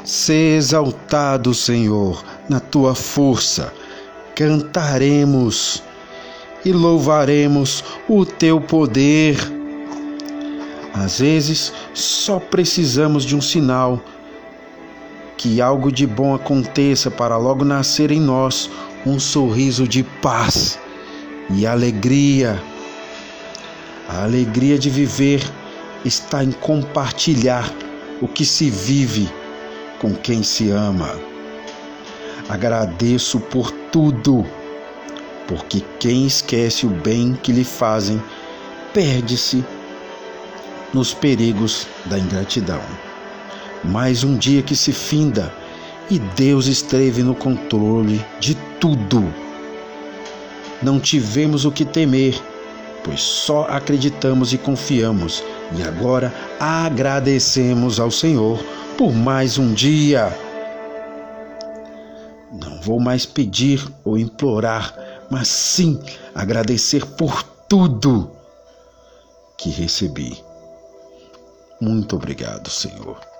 Sê exaltado, Senhor, na tua força. Cantaremos e louvaremos o teu poder. Às vezes, só precisamos de um sinal, que algo de bom aconteça para logo nascer em nós um sorriso de paz e alegria. A alegria de viver está em compartilhar o que se vive com quem se ama. Agradeço por tudo, porque quem esquece o bem que lhe fazem, perde-se nos perigos da ingratidão. Mais um dia que se finda e Deus esteve no controle de tudo. Não tivemos o que temer, pois só acreditamos e confiamos, e agora agradecemos ao Senhor por mais um dia. Não vou mais pedir ou implorar, mas sim agradecer por tudo que recebi. Muito obrigado, Senhor.